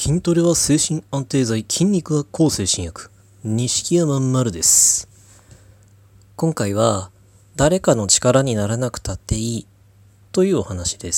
筋トレは精神安定剤、筋肉は抗精神薬。錦山丸です。今回は誰かの力にならなくたっていいというお話です。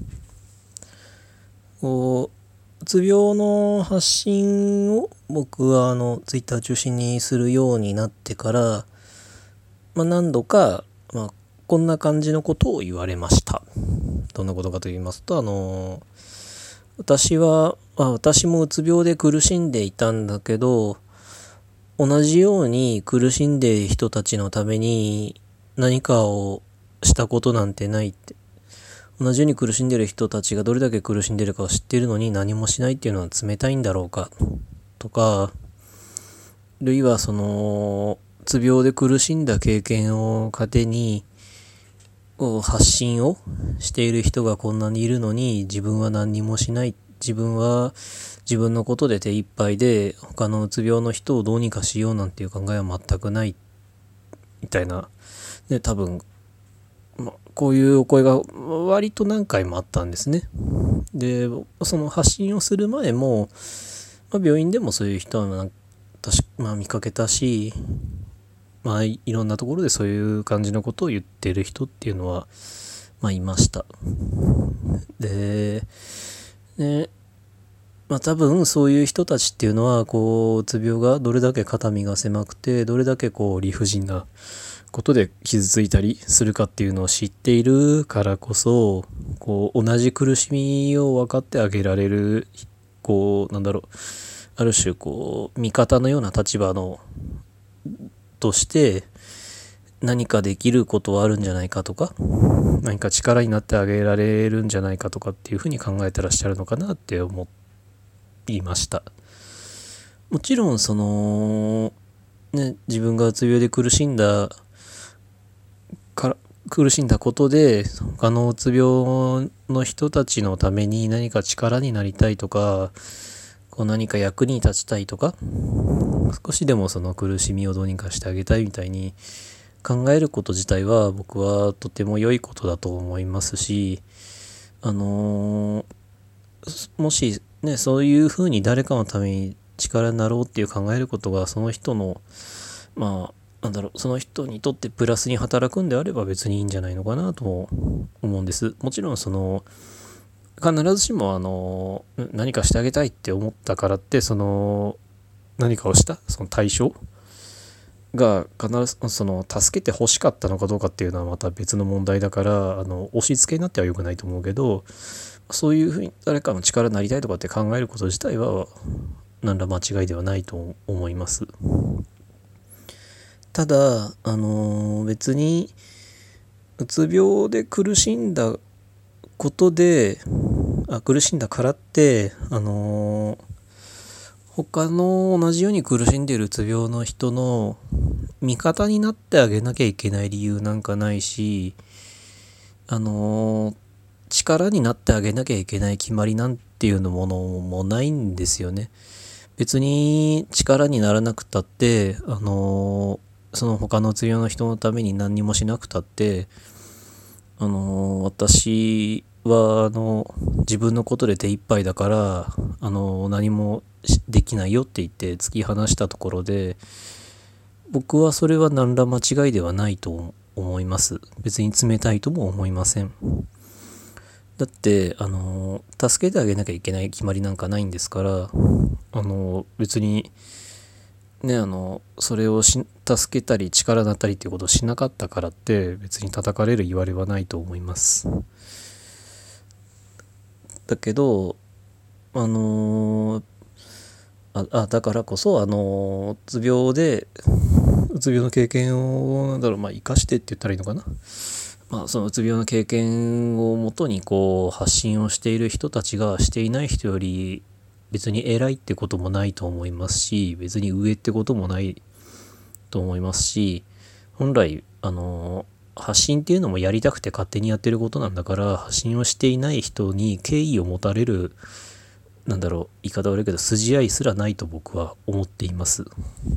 うつ病の発信を僕はツイッター中心にするようになってから、何度か、こんな感じのことを言われました。どんなことかと言いますと、私もうつ病で苦しんでいたんだけど、同じように苦しんでいる人たちのために何かをしたことなんてないって。同じように苦しんでいる人たちがどれだけ苦しんでいるかを知っているのに何もしないっていうのは冷たいんだろうかとか、あるいはうつ病で苦しんだ経験を糧に発信をしている人がこんなにいるのに自分は何にもしない。自分は自分のことで手一杯で他のうつ病の人をどうにかしようなんていう考えは全くないみたいな。で、多分、こういうお声が割と何回もあったんですね。で、その発信をする前も、病院でもそういう人は見かけたし、いろんなところでそういう感じのことを言ってる人っていうのは、いました。で、多分そういう人たちっていうのは、うつ病がどれだけ肩身が狭くて、どれだけ理不尽なことで傷ついたりするかっていうのを知っているからこそ、同じ苦しみを分かってあげられる、ある種味方のような立場として何かできることはあるんじゃないかとか、何か力になってあげられるんじゃないかとかっていうふうに考えてらっしゃるのかなって思いました。もちろん自分がうつ病で苦しんだことで他のうつ病の人たちのために何か力になりたいとか、何か役に立ちたいとか、少しでもその苦しみをどうにかしてあげたいみたいに考えること自体は僕はとても良いことだと思いますし、もしね、そういうふうに誰かのために力になろうっていう考えることがその人のその人にとってプラスに働くんであれば別にいいんじゃないのかなと思うんです。もちろん必ずしも何かしてあげたいって思ったからって何かをしたその対象が必ず助けて欲しかったのかどうかっていうのはまた別の問題だから、押し付けになっては良くないと思うけど、そういうふうに誰かの力になりたいとかって考えること自体は何ら間違いではないと思います。ただ別にうつ病で苦しんだからって他の同じように苦しんでいるうつ病の人の味方になってあげなきゃいけない理由なんかないし、力になってあげなきゃいけない決まりなんていうものもないんですよね。別に力にならなくたってその他のうつ病の人のために何にもしなくたって私は自分のことで手一杯だから何もできないよって言って突き放したところで、僕はそれは何ら間違いではないと思います。別に冷たいとも思いません。だって助けてあげなきゃいけない決まりなんかないんですから、別にね、それを助けたり力になったりっていうことをしなかったからって別に叩かれる言われはないと思います。だけどだからこそうつ病の経験を生かしてって言ったらいいのかな。そのうつ病の経験をもとに発信をしている人たちがしていない人より別に偉いってこともないと思いますし、別に上ってこともないと思いますし、本来発信っていうのもやりたくて勝手にやってることなんだから、発信をしていない人に敬意を持たれる言い方悪いけど筋合いすらないと僕は思っています。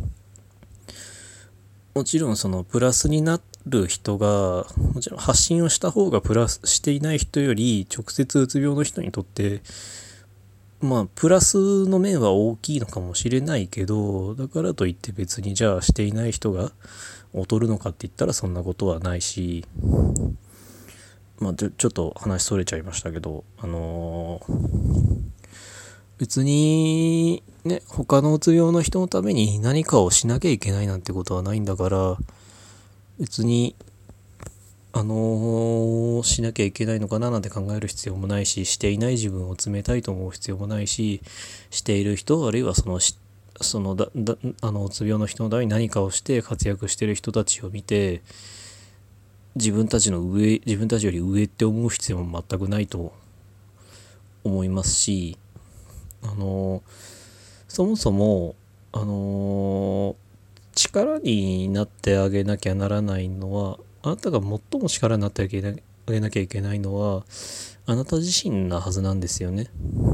もちろんプラスになる人がもちろん発信をした方がプラスしていない人より直接うつ病の人にとってまあプラスの面は大きいのかもしれないけど、だからといって別にじゃあしていない人が劣るのかって言ったらそんなことはないし、まあちょっと話それちゃいましたけど、別にね、他のうつ病の人のために何かをしなきゃいけないなんてことはないんだから、別にしなきゃいけないのかななんて考える必要もないし、していない自分を冷たいと思う必要もないし、している人、あるいはそのうつ病の人のために何かをして活躍している人たちを見て、自分たちより上って思う必要も全くないと思いますし、そもそも力になってあげなきゃならないのは、あなたが最も力になってあげなきゃいけないのはあなた自身なはずなんですよね。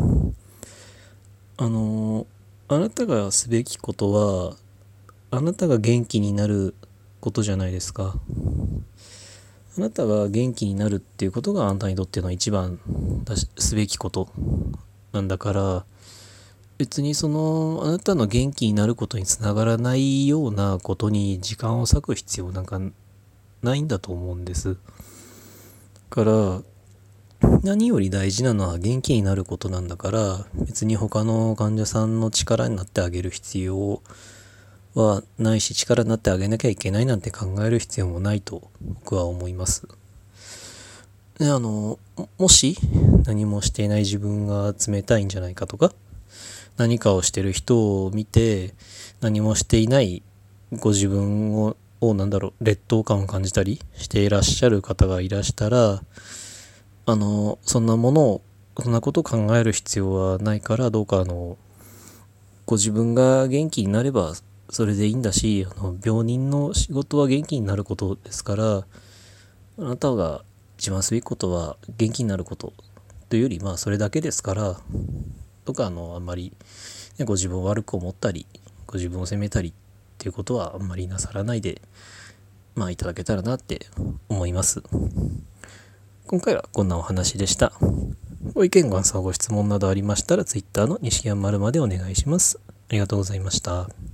あなたがすべきことはあなたが元気になることじゃないですか。あなたが元気になるっていうことがあなたにとっての一番すべきことなんだから、別にあなたの元気になることにつながらないようなことに時間を割く必要なんかないんだと思うんです。だから何より大事なのは元気になることなんだから、別に他の患者さんの力になってあげる必要はないし、力になってあげなきゃいけないなんて考える必要もないと僕は思います。で、もし何もしていない自分が冷たいんじゃないかとか、何かをしてる人を見て何もしていないご自分を劣等感を感じたりしていらっしゃる方がいらしたら、そんなことを考える必要はないから、どうかご自分が元気になればそれでいいんだし、病人の仕事は元気になることですから、あなたが一番すべきことは元気になることというより、まあそれだけですから、とかあんまり、ね、ご自分を悪く思ったりご自分を責めたりっていうことはあんまりなさらないでいただけたらなって思います。今回はこんなお話でした。ご意見ご感想ご質問などありましたら Twitter の西山丸までお願いします。ありがとうございました。